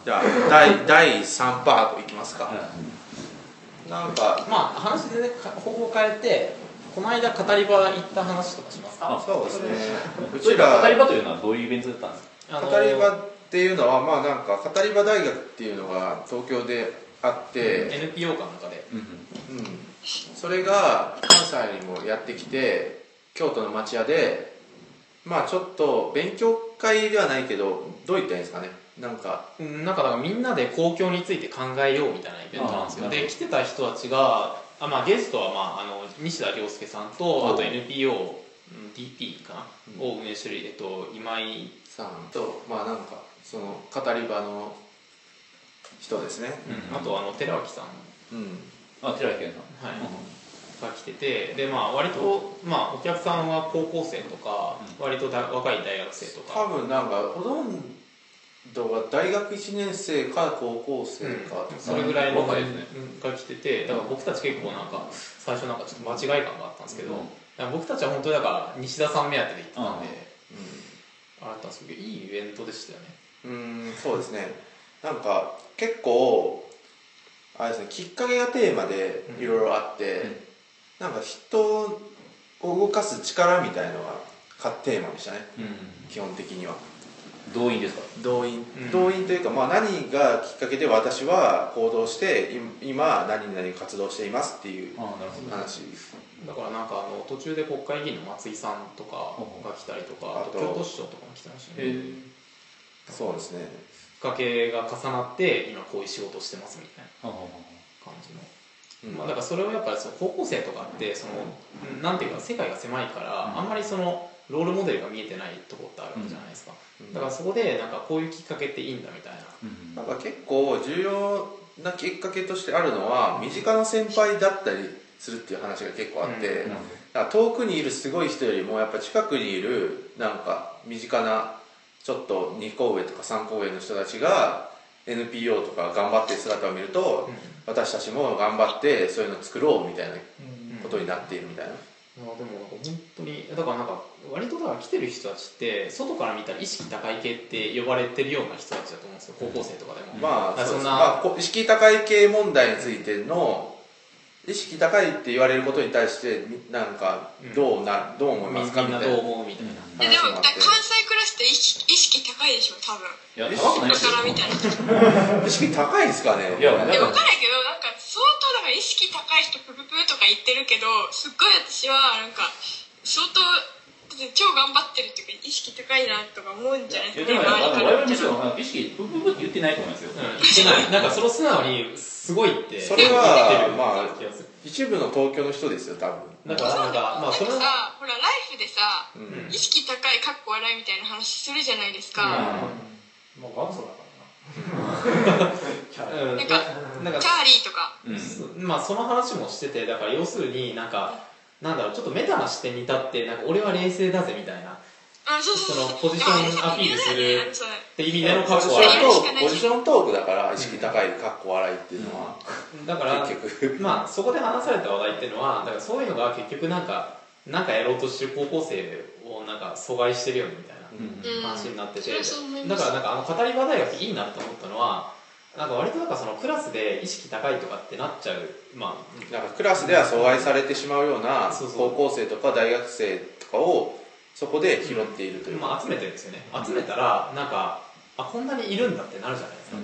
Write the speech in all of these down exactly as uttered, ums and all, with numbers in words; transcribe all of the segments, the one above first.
じゃあ第だいさんパートいきますか、うん、なんかまあ話でね方法変えてこの間語り場行った話とかしますか。 あ、そうですね。 うちら語り場というのはどういうイベントだったんですか。 語り場っていうのはまあなんか語り場大学っていうのが東京であって、 うん、エヌピーオー かなんかで、 うんうん、それが関西にもやってきて京都の町屋でまあちょっと勉強会ではないけどどういったらいいんですかね。なんか、 うん、なんかだからみんなで公共について考えようみたいなイベントなんですよ。で来てた人たちがあ、まあ、ゲストは、まあ、あの西田亮介さんとあと エヌピーオー ディーピー かな、うん、を運営してる、えっと、今井さんとまあなんかその語り場の人ですね、 うん、あとあの寺脇さん、 うん、 あ寺脇さん、 はい、が来てて、でまあ割と、まあ、お客さんは高校生とか、うん、割とだ若い大学生とか多分なんかほとんどが大学いちねん生か高校生か、 うん、それぐらいのが、ね、が来てて、だから僕たち結構なんか最初なんかちょっと間違い感があったんですけど、うん、僕たちは本当にだから西田さん目当てで行ってたんで、うん、あれだったんですけどいいイベントでしたよね。 うん、そうですね。なんか結構あれですね、きっかけがテーマでいろいろあって、うん、なんか人を動かす力みたいなのがテーマでしたね、うん、基本的には。 動員ですか。 動員、うん、動員というか、まあ、何がきっかけで私は行動して今何々活動していますっていう話。 だからなんかあの途中で国会議員の松井さんとかが来たりとか、あと京都市長とかも来てましたね。 そうですね。 きっかけが重なって今こういう仕事をしてますみたいな感じの、うん、まあ、だからそれをやっぱりその高校生とかってそのなんていうか世界が狭いから、うん、あんまりそのロールモデルが見えてないところってあるわけじゃないですか、うん、だからそこでなんかこういうきっかけっていいんだみたいな、 うん、なんか結構重要なきっかけとしてあるのは身近な先輩だったりするっていう話が結構あって、うん、だから遠くにいるすごい人よりもやっぱ近くにいるなんか身近なちょっとにこ上とかさんこ上の人たちが エヌピーオー とか頑張ってる姿を見ると、うん、私たちも頑張ってそういうのを作ろうみたいなことになっているみたいな、 うんうん、あでもなんか本当にだからなんか割とだから来てる人たちって外から見たら意識高い系って呼ばれてるような人たちだと思うんですよ、高校生とかでも、うん、 まあそんな、まあ、意識高い系問題についての意識高いって言われることに対してなんかどうな、うん、どう思いますかみたいな。 みんなどう思うみたいな。 で, でも関西クラスって意識意識高いでしょ多分。 いや高くないですよ。 みたいな。 意識高いですかね。 いや分からないけどなんか相当だから意識高い人プププとか言ってるけどすっごい私はなんか相当超頑張ってるっていうか意識高いなとか思うんじゃないですか。 いやでも我々むしろ意識プププって言ってないと思いますよ。うん、 言ってない。なんかその素直にすごいってそれはまあ一部の東京の人ですよ多分。 だからなんかまあそれさほらライフでさ、うん、意識高いかっこ笑いみたいな話するじゃないですか。 うん、もう元祖だからな。 なんかなんかチャーリーとか。 うん、まあその話もしててだから要するになんかなんだろうちょっとメタな視点に立ってなんか俺は冷静だぜみたいな。 あそうそうそうそのポジションアピールするって意味でのカッコ笑いポジショントークだから意識高いでカッコ笑いっていうのは、 うん、だから結局まあそこで話された話題っていうのはだからそういうのが結局なんかなんかやろうとしてる高校生をなんか阻害してるよねみたいな話になってて、うん、だからなんかあの語り場大学いいなと思ったのはなんか割となんかそのクラスで意識高いとかってなっちゃう、まあ、 なんかクラスでは阻害されてしまうような高校生とか大学生とかをそこで拾っているという、 うんまあ、集めてるんですよね。集めたらなんかあこんなにいるんだってなるじゃないですか、うん、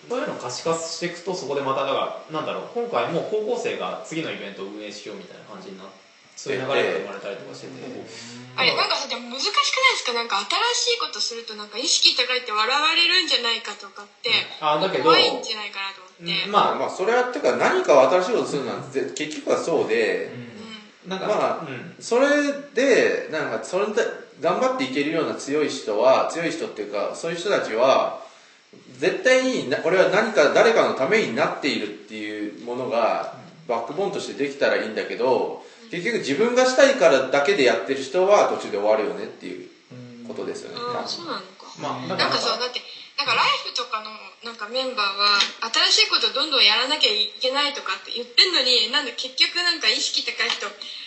そういうのを可視化していくとそこでまただからなんだろう今回も高校生が次のイベントを運営しようみたいな感じになってそういう流れが生まれたりとかしてて、 あれなんかでも難しくないですか。なんか新しいことするとなんか意識高いって笑われるんじゃないかとかって、うん、あだけど怖いんじゃないかなと思って、 うん、まあまあそれはっていうか何か新しいことするなんて結局はそうで、うん、なんかまあ、うん、それでなんかそれで頑張っていけるような強い人は強い人っていうかそういう人たちは絶対にこれは何か誰かのためになっているっていうものがバックボーンとしてできたらいいんだけど結局自分がしたいからだけでやってる人は途中で終わるよねっていうことですよね。 ああそうなのか、 まあ、 なんかそうだってなんかライフとかのなんかメンバーは新しいことをどんどんやらなきゃいけないとかって言ってんのになんだ結局なんか意識高い人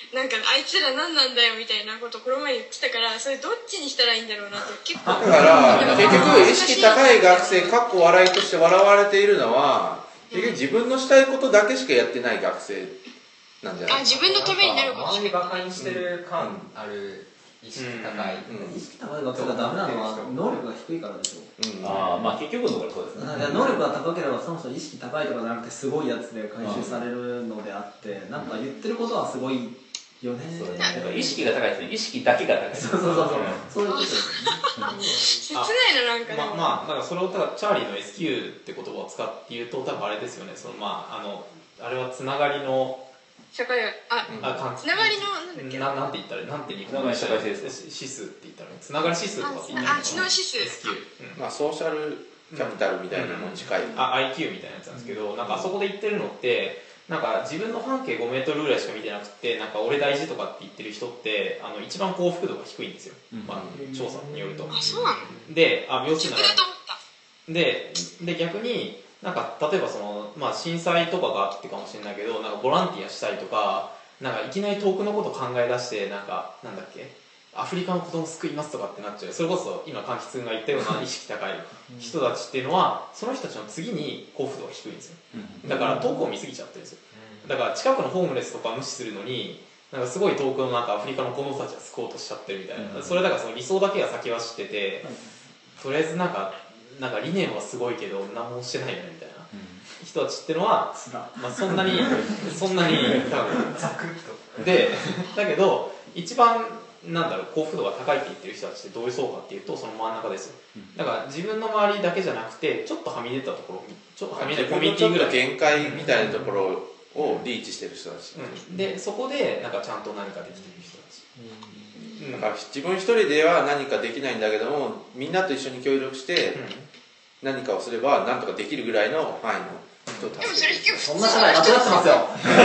なんかあいつら何なんだよみたいなことこの前言ってたから、それどっちにしたらいいんだろうなって結構。 だから結局意識高い学生かっこ笑いとして笑われているのは、結局自分のしたいことだけしかやってない学生なんじゃない。 あ、自分のためになることしか。 周りバカにしてる感ある意識高い、 うんうん、意識高い学生がダメなのは能力が低いからでしょう、 うん、ああまあ結局のところそうですね。 能力が高ければそもそも意識高いとかじゃなくてすごいやつで回収されるのであって、なんか言ってることはすごいよね。 そうだから意識が高いですね。意識だけが高い。 そうそうそうそう。そういうことですね。切ないななんか。 ままあだからそれをただチャーリーの エスキュー って言葉を使って言うと多分あれですよね。そのまああのあれはつながりの社会学あ、 あつながりのなんだっけななんて言ったらなんて日本語社会性指数って言ったらつながり指数とかって言ったらあ、知能指数エスキュー、 うん、まあソーシャルキャピタルみたいなのも近い、 うん、あ アイキュー みたいなやつなんですけど、なんかあそこで言ってるのってなんか自分の半径ごメートルぐらいしか見てなくて、なんか俺大事とかって言ってる人ってあの一番幸福度が低いんですよ、うん、まあ、調査によると。 あ、そうなの。 で、あ、要するにでで逆になんか例えばその、まあ、震災とかがあってかもしれないけど、なんかボランティアしたりとか、なんかいきなり遠くのこと考え出してなんかなんだっけアフリカの子供救いますとかってなっちゃう。それこそ今柑橘が言ったような意識高い人たちっていうのはその人たちの次に幸福度が低いんですよ。だから遠くを見すぎちゃってるんですよ。だから近くのホームレスとか無視するのになんかすごい遠くのなんかアフリカの子供たちが救おうとしちゃってるみたいな、それだからその理想だけが先走ってて、とりあえずなんかなんか理念はすごいけど何もしてないよねみたいな人たちっていうのは、まあ、そんなにそんなに多分ザクッとで、だけど一番なんだろう幸福度が高いって言ってる人たちってどういう層かっていうとその真ん中ですよ。だから自分の周りだけじゃなくてちょっとはみ出たところ、ちょっとはみ出たコミュニティぐらい限界みたいなところをリーチしてる人たち、 うん、でそこでなんかちゃんと何かできてる人たち、 うん、だから自分一人では何かできないんだけどもみんなと一緒に協力して何かをすれば何とかできるぐらいの範囲の人を助ける。 そんな社会間違ってますよ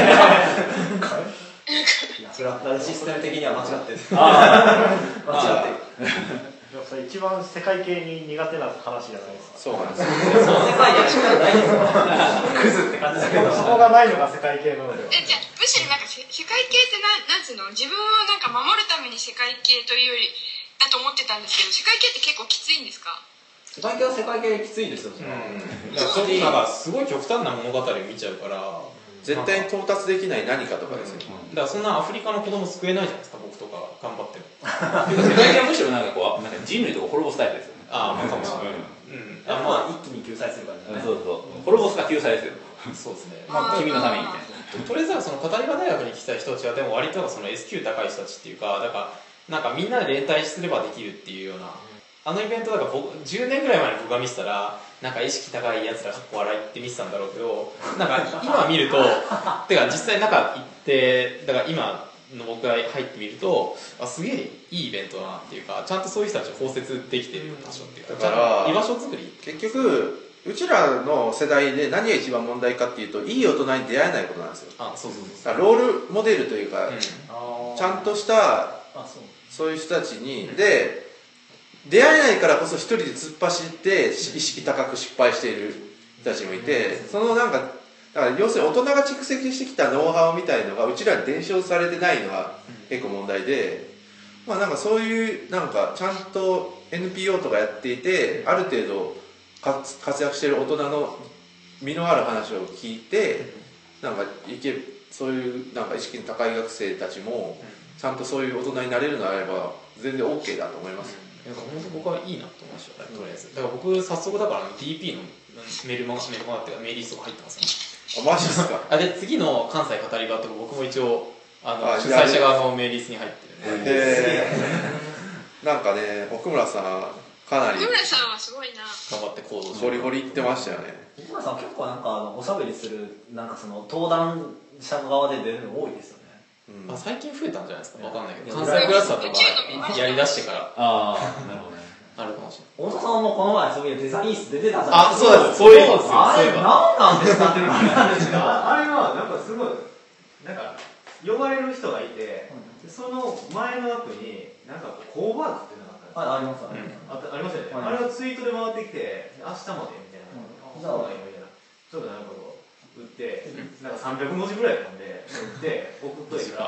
フラッタルシステム的には間違ってる間違ってるそれ一番世界系に苦手な話じゃないですか。 そうなんですよ世界じゃないですよクズって感じだけどそこがないのが世界系なのでは。 え、じゃあむしろなんか世界系ってな、なんつうの、自分をなんか守るために世界系というよりだと思ってたんですけど、世界系って結構きついんですか？ 世界系は世界系きついですよ、うん、 だからなんかすごい極端な物語を見ちゃうから絶対に到達できない何かとかですよ、 うん、だからそんなアフリカの子供救えないじゃないですか、僕とか頑張っても世界系はむしろなんかこうなんか人類とか滅ぼすタイプですよね。 ああ、まあかもしれない、 うん、あまあ一気に救済するからね、 そうそう滅ぼすか救済ですよそうですね、 まあ、君のためにみたいな。とりあえずはその語り場大学に来た人たちはでも割とその エスキュー 高い人たちっていうか、だからなんかみんなで連帯すればできるっていうような、あのイベントだから僕じゅうねんぐらい前に僕が見てたらなんか意識高いやつらかっこ笑いって見てたんだろうけど、なんか今見るとてか実際中行ってだから今の僕が入ってみるとあすげえいいイベントだなっていうか、ちゃんとそういう人たちを包摂できてる場所っていうか、 だから居場所作り結局うちらの世代で何が一番問題かっていうといい大人に出会えないことなんですよ。 あそうそうそう、 ロールモデルというか、うん、ちゃんとしたあそうそういう人たちにで出会えないからこそ一人で突っ走って意識高く失敗している人たちもいて、そのなんかだから要するに大人が蓄積してきたノウハウみたいのがうちらに伝承されてないのが結構問題で、まあなんかそういうなんかちゃんと エヌピーオー とかやっていてある程度活躍している大人の身のある話を聞いてなんかいけそういうなんか意識の高い学生たちもちゃんとそういう大人になれるのであれば全然 OK だと思います。 なんか本当僕はいいなと思いましたね、とりあえず。だから僕早速だから ディーピー のメルマガメルマガっていうかメールリストが入ってますね。 あマジですか。 あで次の関西語り場とか僕も一応あのあ主催者側のメールリストに入ってるんで。 へーなんかね奥村さんかなり奥村さんはすごいな。 頑張って行動してゴリゴリ言ってましたよね。 奥村さん結構なんかあのおしゃべりするなんかその登壇者側で出るの多いですよね。 うん、あ最近増えたんじゃないですか、わかんないけど関西クラスターとかやりだしてからああなるほどねあるかもしれない。太田さんもこの前そういうデザイン室出てたじゃん。 あそうですそういうことですよ。 あれ何なんですかっていうのがあるんですか。 あれはなんかすごいなんか呼ばれる人がいて、その前の枠になんかコーワークっていうのがあったんですよ。 ありますあありましたよね、はい、あれがツイートで回ってきて明日までみたいな、うん、じゃあみたいなちょっとなんかこう打ってなんかさんびゃく文字ぐらいなんで打って送っといたら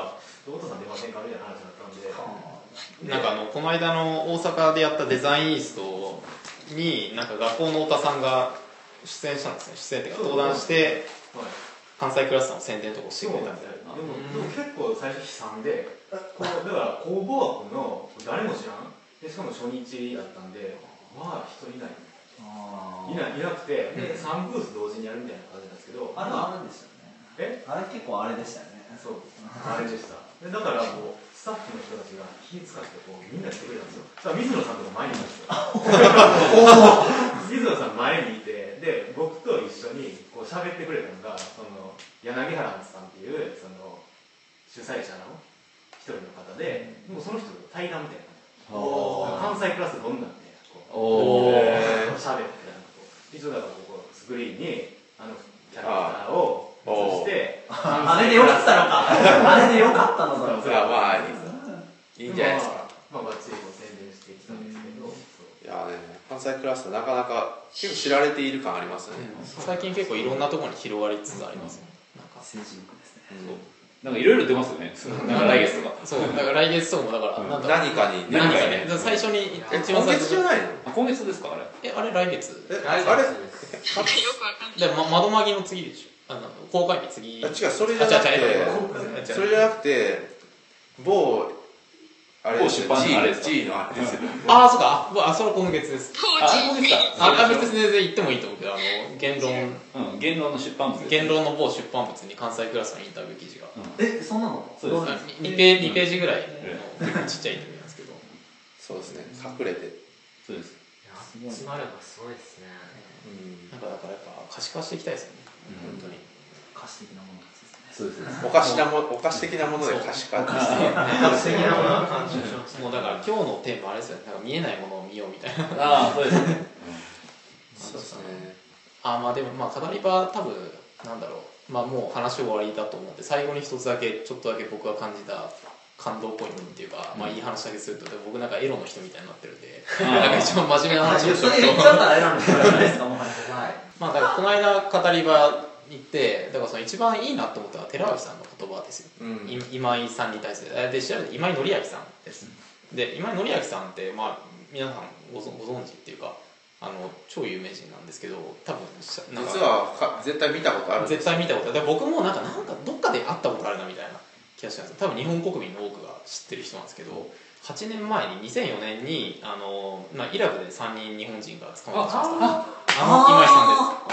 ちょっとお父さん出ませんかみたいな話になったんで、 なんかあのこの間の大阪でやったデザインイーストになんか学校の太田さんが出演したんですね。出演っていうか登壇して関西クラスの宣伝とかをしてくれたみたいな。 でも結構最初悲惨で、こうだから公募枠の誰も知らんで、しかも初日だったんで、まあ人いないいないいなくて、でさんブース同時にやるみたいな感じなんですけど、 あれはあれでしたよね。えあれ結構あれでしたよね。 そうあれでしたでだからもうスタッフの人たちが気使ってこうみんな来てくれたんですよ。さあ水野さんとか前にいたんですよ水野さん前にいて、で僕と一緒にこう喋ってくれたのがその柳原さんっていうその主催者の一人の方で、もうその人と対談みたいな、関西クラスどんなんでこう喋って一応だからここスクリーンにあのキャラクターを映して、 あれでよかったのかあれでよかったのかそれはまあいいんじゃないですか。 まあバッチリこう宣伝してきたんですけど、 いやね、関西クラスターなかなか結構知られている感ありますよね。 最近結構いろんなところに広がりつつありますね。なんか先進国ですね。 なんかいろいろ出ますよね。なんか来月とか。 そうだから来月とかもだからなんだ何かに何かね最初にえ今月じゃないの？ あ今月ですかあれ。 えあれ来月？ えあれあれよくわかんない。 でま窓マギの次でしょ。あの公開日次。 あ違うそれじゃなくてそれじゃなくて某あれ某出版のあれですか G のあれですよ。 ああそうかあそれは今月です。 あれ今月か。 あ別に全然言ってもいいと思うけどあの言論うん言論の出版物です。 言論の某出版物に関西クラスのインタビュー記事が。 えそんなの？ そうです。 にページにページぐらいのちっちゃいインタビューなんですけど。 そうですね隠れて。 そうです。 集まればすごいですね。 なんかだからやっぱ可視化していきたいですよね。本当に。 可視的なものですね。 そうです。 おかしなもおかし的なもので可視化。 可視的なものを感じします。 もうだから今日のテーマあれですよね。なんか見えないものを見ようみたいな。 ああそうですね。 そうですね。 あまあでもまあ語り場多分なんだろうまあもう話終わりだと思って最後に一つだけちょっとだけ僕が感じた感動ポイントっていうか、まあいい話だけすると僕なんかエロの人みたいになってるんでなんか一番真面目な話をしようと。 それ言っちゃったらエロの人じゃないですかもはや。 まあだからこの間語り場に行ってだからその一番いいなと思ったのは寺脇さんの言葉ですよ。今井さんに対するで調べて今井紀明さんです。で今井紀明さんってまあ皆さんご存知っていうか。あの超有名人なんですけど多分なんか実は絶対見たことある。 絶対見たことある。僕もなんかなんかどっかで会ったことあるなみたいな気がしたんです。多分日本国民の多くが知ってる人なんですけどはちねんまえににせんよねんにあの、まあ、イラクでさんにん日本人が捕まってました。あの今井さんです。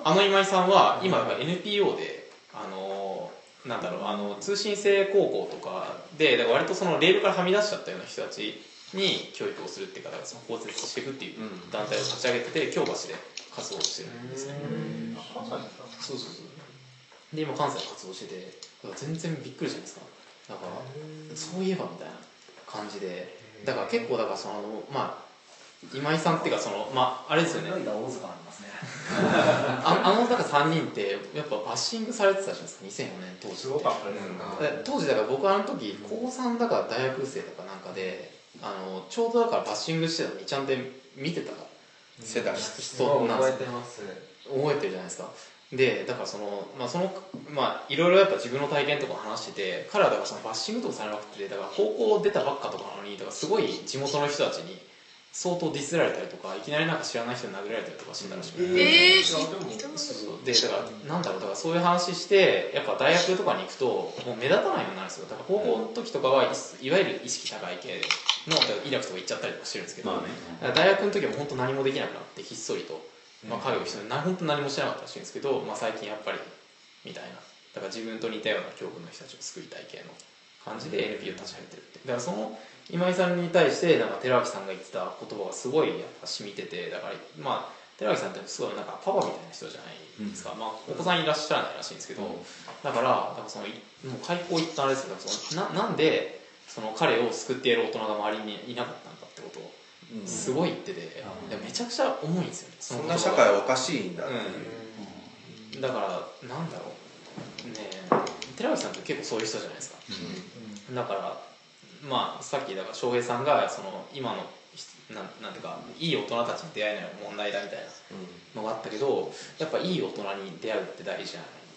あの今井さんは今 エヌピーオー であのなんだろうあの通信制高校とかでだから割とそのレールからはみ出しちゃったような人たちに教育をするっていうかその包摂していくっていう団体を立ち上げてて京橋で活動してるんですね。そうそうそうで今関西で活動してて全然びっくりじゃないですか。だからそういえばみたいな感じでだから結構だからそのまあ今井さんっていうかそのまああれですよねあ, あのだからさんにんってやっぱバッシングされてたじゃないですかにせんよねん当時って。すごかったですね。当時だから僕あの時高さんだから大学生とかなんかであのちょうどだからバッシングしてたのにちゃんと見てた世代人なんです。覚えてます覚えてるじゃないですか。でだからそのまあそのまあいろいろやっぱ自分の体験とか話してて彼はだからそのバッシングとかされなくてだから高校出たばっかとかなのにだからすごい地元の人たちに相当ディスられたりとかいきなりなんか知らない人に殴られたりとかしてたらしくて、 えー、そうそうでだからなんだろうだからそういう話してやっぱ大学とかに行くともう目立たないようになるんですよ。だから高校の時とかはいわゆる意識高い系のイラクとか行っちゃったりとかしてるんですけど、まあね、大学の時は本当何もできなくなってひっそりと、まあ、影を潜めて本当何もしてなかったらしいんですけど、まあ、最近やっぱりみたいなだから自分と似たような境遇の人たちを救いたい系の感じで エヌピーオー を立ち上げてるってだからその今井さんに対してなんか寺脇さんが言ってた言葉がすごいやっぱ染みててだからまあ寺脇さんってすごいなんかパパみたいな人じゃないですか、うん、まあお子さんいらっしゃらないらしいんですけど、うん、だからだからそのもう開口一旦あれですけどその な, なんでその彼を救ってやる大人が周りにいなかったんだってことをすごい言ってて、うん、めちゃくちゃ重いんですよね。 そんな社会はおかしいんだっていう、 うん、だからなんだろうね寺脇さんって結構そういう人じゃないですか、うん、だからまあさっきだから翔平さんがその今のなんなんていうかいい大人たちに出会えない問題だみたいなのがあったけどやっぱいい大人に出会うって大事じゃない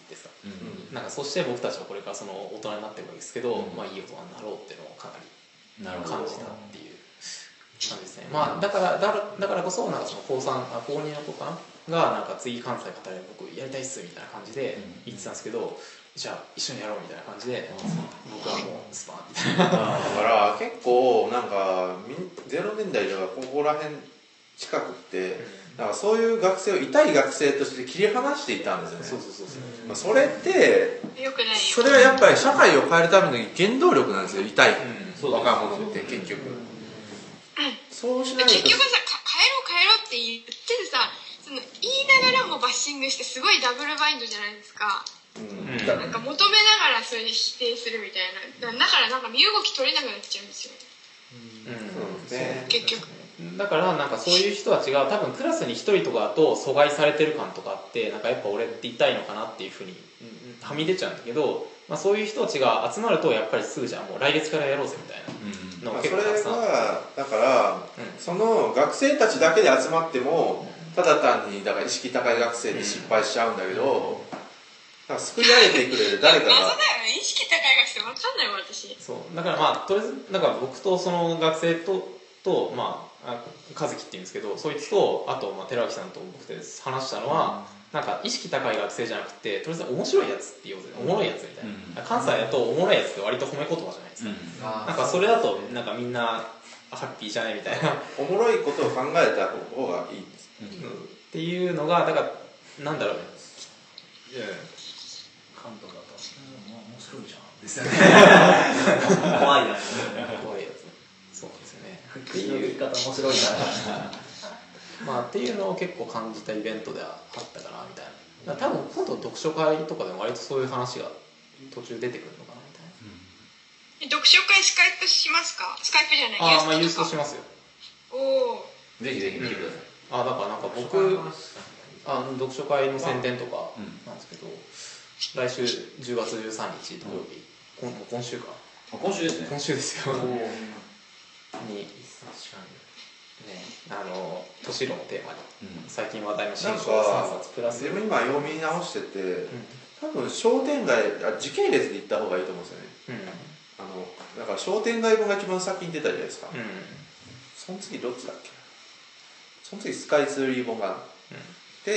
ってさ、うん、なんかそして僕たちはこれからその大人になっていくわけですけど、うん、まあいい大人になろうっていうのをかなり感じたっていう感じですね。まあだからだからだからこそなんかその高さんあ高にの子かながなんか次関西語れる僕やりたいっすみたいな感じで言ってたんですけど、じゃあ一緒にやろうみたいな感じで、僕はもうスパンみたいな。 だから結構なんかゼロねんだいとかここら辺近くって、なんかそういう学生を痛い学生として切り離していたんですよね。 そうそうそうそう。 まあそれってよくないよ。 それはやっぱり社会を変えるための原動力なんですよ。痛い、うん、若者って結局。うん、そうしないと結局さ、変えろ変えろって言ってさ、その言いながらもバッシングしてすごいダブルバインドじゃないですか。うん、なんか求めながらそれで否定するみたいな。だからなんか身動き取れなくなっちゃうんですよ。うん、そうね。結局。 だからなんかそういう人たちが多分クラスに一人とかだと阻害されてる感とかあって、なんかやっぱ俺って痛いのかなっていうふうにはみ出ちゃうんだけど、まあ、そういう人たちが集まるとやっぱりすぐじゃあもう来月からやろうぜみたいなのを結構たくさん、 まあ、それはだから、うん、その学生たちだけで集まってもただ単にだから意識高い学生で失敗しちゃうんだけど、うん、救い上げてくれる誰かが謎だよね。意識高い学生わかんないわ私。 そうだからまあとりあえずなんか僕とその学生ととまあ和樹って言うんですけど、そいつとあとまあ寺脇さんと僕で話したのは、うん、なんか意識高い学生じゃなくてとりあえず面白いやつって言おうぜ、おもろいやつみたいな、うん、関西だとおもろいやつって割と褒め言葉じゃないですか、うん、なんかそれだとなんかみんなハッピーじゃないみたいなおもろいことを考えた方がいい、 うん、っていうのがだからなんだろう、うん、 関東だと、うん、面白いじゃんですよね怖いやつ怖いやつそうですよねっていう言い方面白いなまあっていうのを結構感じたイベントではあったかなみたいな。多分今度読書会とかでも割とそういう話が途中出てくるのかなみたいな、 うん、読書会スカイプしますか？スカイプじゃないああまあユーストしますよ。 おおぜひぜひ見てください、 うん、あだからなんか僕あの読書会の宣伝とかなんですけど、うん、来週じゅうがつじゅうさんにち土曜日、うん、今, 今週か今週ですね今週ですよにね、あの都市論をテーマに、うん、最近話題の新書さんさつプラス自分今読み直してて、うん、多分商店街あ時系列で行った方がいいと思うんですよね、うん、あのだから商店街本が一番先に出たじゃないですか、うん、その次どっちだっけ、その次スカイツリー本があって、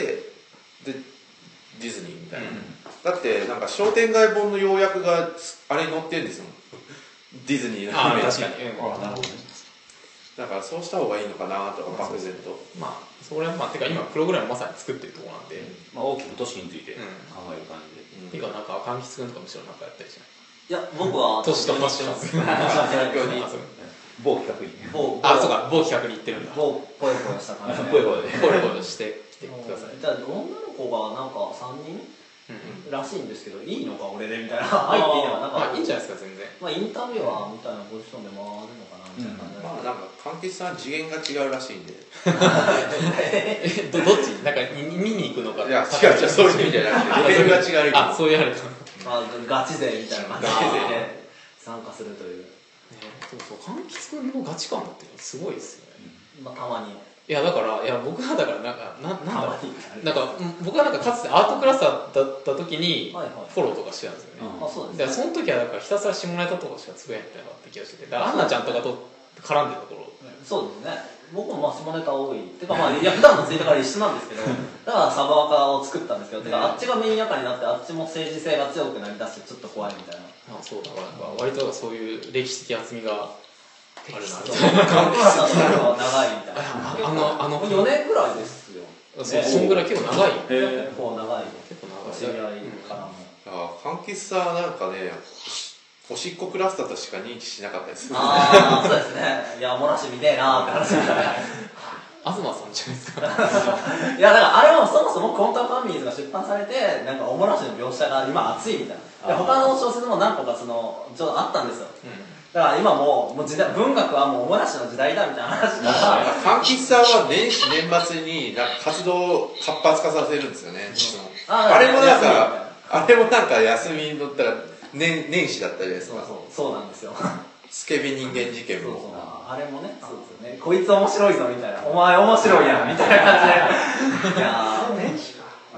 うん、でディズニーみたいな、うん、だってなんか商店街本の要約があれに載ってるんですよディズニーのイメージ。 確かに、うん、なるほどね。 だからそうした方がいいのかなとか漠然と。 まあそれはまあてか今プログラムまさに作ってるところなんで、 まあ大きく都市について考える感じで。 うん、ていうかなんか柑橘くんとかむしろなんかやったりしない。 いや僕は都市とファッション。 某企画に。 あそうか某企画に行ってるんだ。 某ぽよぽよした感じで。 ぽよぽよで。ぽよぽよしてきてください。 じゃあ女の子がなんかさんにんらしいんですけど、いいのか俺でみたいな入っていいのかなんか、 まあいいんじゃないですか全然。 まあインタビュアーみたいなポジションで回るのかなみたいな感じで、 まあなんか柑橘さん次元が違うらしいんでどどっちなんか見に行くのか、 いや違う違うそういう意味じゃなくてレベルが違うあそういうあれかまあガチ勢みたいな感じで参加するという、 ね、そうそう柑橘くんのガチ感ってすごいですよね、 まあたまにいやだからいや僕はだからなんかななんだろうなんか僕はなんかかつてアートクラスターだった時にフォローとかしてたんですよね。 あそうですね。 でその時はだからひたすら下ネタとかしかつぶやいてなかった気がしてて、だからアンナちゃんとかと絡んでるところ。 そうですね。僕もまあ下ネタ多いっていうかまあいや普段のツイートから一緒なんですけど、だからサブアカを作ったんですけど、てかあっちがメインアカになってあっちも政治性が強くなりだしてちょっと怖いみたいな。 あそうだからなんか割とそういう歴史的厚みが。あるなみたいな。カンプラさんの長いみたいな。 あのあのよねんぐらいですよ。 そうそんぐらい結構長い。 結構長い。 結構長い。 知り合いからも。 ああ、柑橘さなんかね、おしっこクラスターとしか認知しなかったです。 ああ、そうですね。いや、おもらしみてえなーって話でしたね。 東さんじゃないですか。 いやだからあれはそもそもコンタファミリーズが出版されてなんかおもらしの描写が今熱いみたいな。で他の小説も何個かそのちょっとあったんですよ。うんだから今もう、もう時代文学はもうおもらしの時代だみたいな話だから柑橘さんは年始年末になんか活動を活発化させるんですよね、うん、あ, あれもなんかあれもなんか休みに乗ったら 年, 年始だったじゃないですか。 そうそうそうなんですよスケベ人間事件もそうそうあれもねそうですよねこいつ面白いぞみたいなお前面白いやんみたいな感じでいやー年始か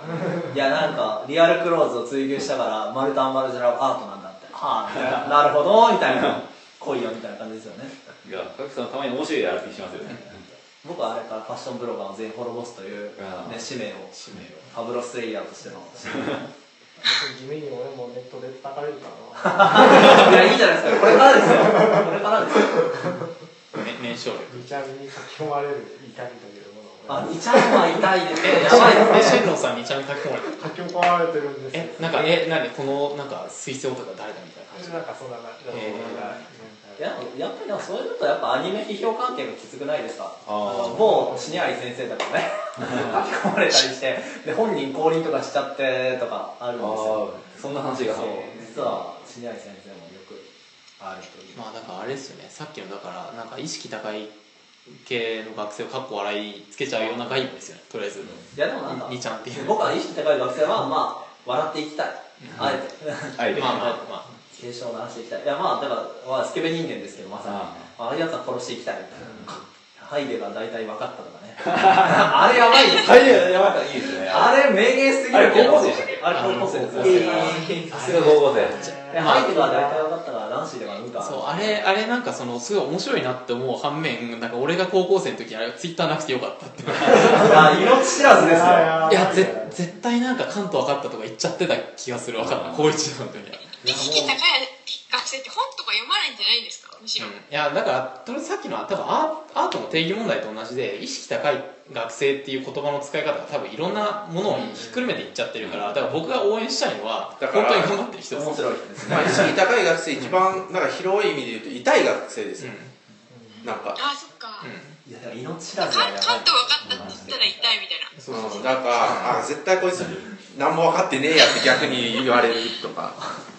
いやなんかリアルクローズを追求したからマルタンマルジェラはアートなんだってはあなるほどみたいな来いよみたいな感じですよね。 いやかきさんたまに面白い アールピー しますよね。 僕はあれからファッションブロガーを全員滅ぼすという、ね、使命をファブロスレイヤーとしての地味に俺もネットで叩かれるからいやいいじゃないですかこれからですよこれからですよ燃焼力にちゃんに書き込まれる痛みというものをあにちゃんは痛いですねやばいですねシェンロンさんにちゃんに書き込まれてる書き込まれてるんですよ。 えなんかえ何このなんか水星とか誰だみたいな感じなんかそんななんかいややっぱりでもそういうのとやっぱアニメ批評関係がきつくないですか。某シニアリ先生とかね書き込まれたりしてで本人降臨とかしちゃってとかあるんですよ。 そんな話が実はシニアリ先生もよくあるという。 まあだからあれですよねさっきのだからなんか意識高い系の学生をかっこ笑いつけちゃうような概念ですよねとりあえず。 いやでもなんかにちゃんっていう僕は意識高い学生はまあ笑っていきたい、うん、あえてあえてまあまあまあ警鐘を鳴らしていきたい。いやまあだから、まあ、スケベ人間ですけどまさに あ, ああいうやつは殺していきたいみたいな、うん、ハイデが大体分かったとかねあれやばいですハイデやばいいいですね。 あれ名言すぎるけどあれ高校生でしたっけ。 あれ高校生ですさすが高校生。 ハイデが大体分かったから男子ではうんかそうあれあれなんかそのすごい面白いなって思う反面なんか俺が高校生の時あれツイッターなくてよかったっていや命知らずですよ。 いやぜ絶対なんか関東分かったとか言っちゃってた気がする分かんない高一の時に意識高い学生って本とか読まないんじゃないんですかむしろ、うん、いやだからとりあえずさっきのは多分アートの定義問題と同じで意識高い学生っていう言葉の使い方が多分いろんなものをひっくるめていっちゃってるからだから僕が応援したいのは本当に頑張ってる人です。 面白いですね、 まあ、意識高い学生一番なんか広い意味で言うと痛い学生ですよ、うん、なんかあそっか、 うん、いや命知らず関東分かったって言ったら痛いみたいなそうそうそうだからあ絶対こいつ何も分かってねえやって逆に言われるとか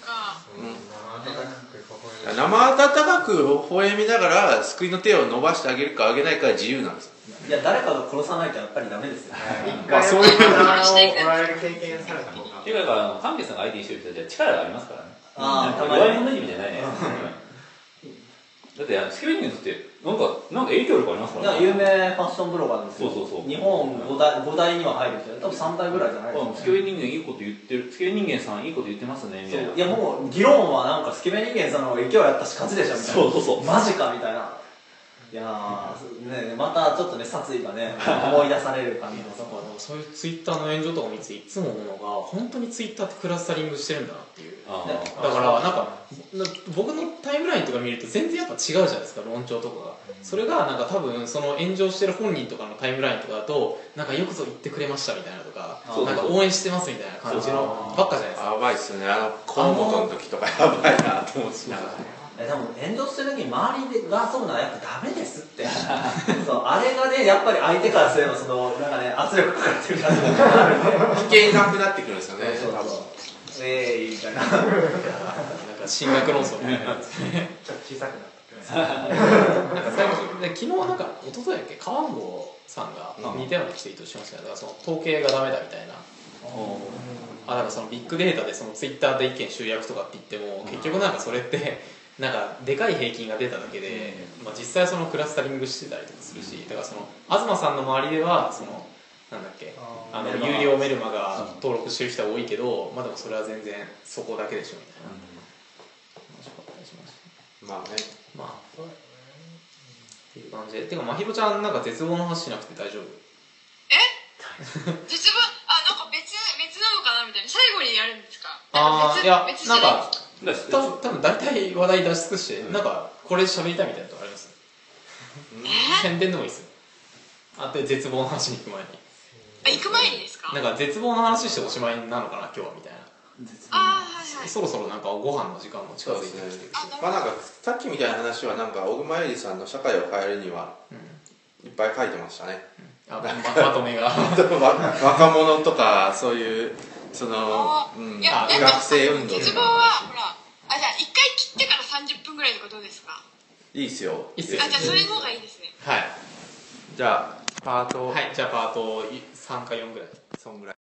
生温かく微笑みながら救いの手を伸ばしてあげるかあげないかは自由なんですよ。 いや誰かが殺さないとやっぱりダメですよね。 一回そういうのをもらえる経験された方が。 っていうか関係さんが相手にしてる人たちは力がありますからね。 ああたまに弱い者いじめじゃないね。だってスケベ人間ってなんかなんか影響力ありますからね。有名ファッションブロガーですよ。 そうそうそう。 日本五大五大には入る人で多分三大ぐらいじゃないですか、ね。 スケベ人間いいこと言ってる。スケベ人間さんいいこと言ってますねみたいな。 いやもう議論はなんかスケベ人間さんの勢いあったし勝ちでしょみたいな。 そうそうそう。 マジかみたいな。いやーねまたちょっとね殺意がね思い出される感じです。 そういうツイッターの炎上とか見ていつも思うのが本当にツイッターってクラスタリングしてるんだなっていう。だからなんか僕のタイムラインとか見ると全然やっぱ違うじゃないですか論調とかが。それがなんか多分その炎上してる本人とかのタイムラインとかだとなんかよくぞ言ってくれましたみたいなとかなんか応援してますみたいな感じのばっかじゃないですか。 やばいっすねあの河本の時とかやばいなと思ってしながら。 でも炎上してる時に周りがそうならやっぱダメですってそうあれがねやっぱり相手からすればそのなんかね圧力かかってる感じがあるんで危険なくなってくるんですよね。 そうそうそうえーいみたいななんか進学論争みたいなちょっと小さくなったなんか最近昨日なんか一昨日だっけ川郷さんが似たようなツイートしましたね。だからその統計がダメだみたいな。あなんかそのビッグデータでそのツイッターで意見集約とかって言っても結局なんかそれってなんかでかい平均が出ただけで、まあ、実際そのクラスタリングしてたりとかするしだからその東さんの周りではそのなんだっけあの有料メルマが登録してる人は多いけど、まあでもそれは全然そこだけでしょみたいな面白かったりしました。 まあねまあっていう感じでてかまひろちゃんなんか絶望の話しなくて大丈夫？ え絶望あなんか別別なのかなみたいな最後にやるんですか？ ああいや別なんかた多分大体話題出し尽くして、うん、なんかこれ喋りたいみたいなとこあります？宣伝でもいいですよ。あで絶望の話に行く前にあ行く前にですか？ なんか絶望の話しておしまいなのかな今日はみたいな。 あはいはい。 そろそろなんかご飯の時間も近づいてきてる、ね、 まあなんかさっきみたいな話はなんか小熊ゆりさんの社会を変えるには、うん、いっぱい書いてましたね、 うん、あ ま, まとめが若者とかそういうその、うん、 いや学生運動絶望はほらあじゃあいっかい切ってからさんじゅっぷんぐらいとかどうですか？ いいっすよいいっすよ。 あじゃあそれの方がいいですね。 はいじゃあパートはいじゃあパートさんかよんぐらいそんぐらい